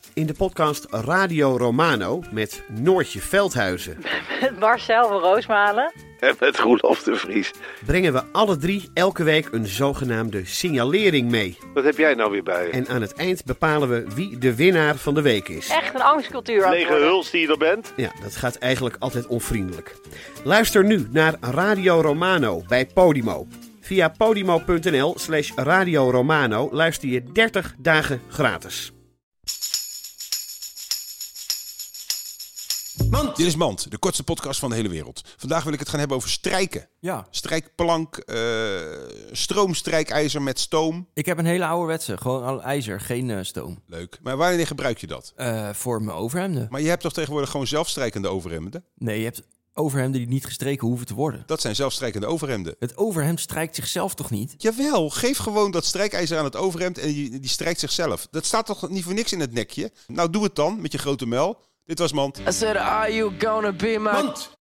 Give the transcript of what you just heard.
in de podcast Radio Romano met Noortje Veldhuizen. Met Marcel van Roosmalen. En met Roelof de Vries. Brengen we alle drie elke week een zogenaamde signalering mee. Wat heb jij nou weer bij je? En aan het eind bepalen we wie de winnaar van de week is. Echt een angstcultuur aan het Lege worden. huls die je er bent. Ja, dat gaat eigenlijk altijd onvriendelijk. Luister nu naar Radio Romano bij Podimo. Via podimo.nl/Radio Romano luister je 30 dagen gratis. Mand. Dit is Mand, de kortste podcast van de hele wereld. Vandaag wil ik het gaan hebben over strijken. Ja. Strijkplank, stroomstrijkijzer met stoom. Ik heb een hele ouderwetse, gewoon al ijzer, geen stoom. Leuk. Maar wanneer gebruik je dat? Voor mijn overhemden. Maar je hebt toch tegenwoordig gewoon zelfstrijkende overhemden? Nee, je hebt overhemden die niet gestreken hoeven te worden. Dat zijn zelfstrijkende overhemden. Het overhemd strijkt zichzelf toch niet? Jawel, geef gewoon dat strijkijzer aan het overhemd en die strijkt zichzelf. Dat staat toch niet voor niks in het nekje? Nou, doe het dan met je grote mel. Dit was Mand. I said, are you gonna be my... Mand!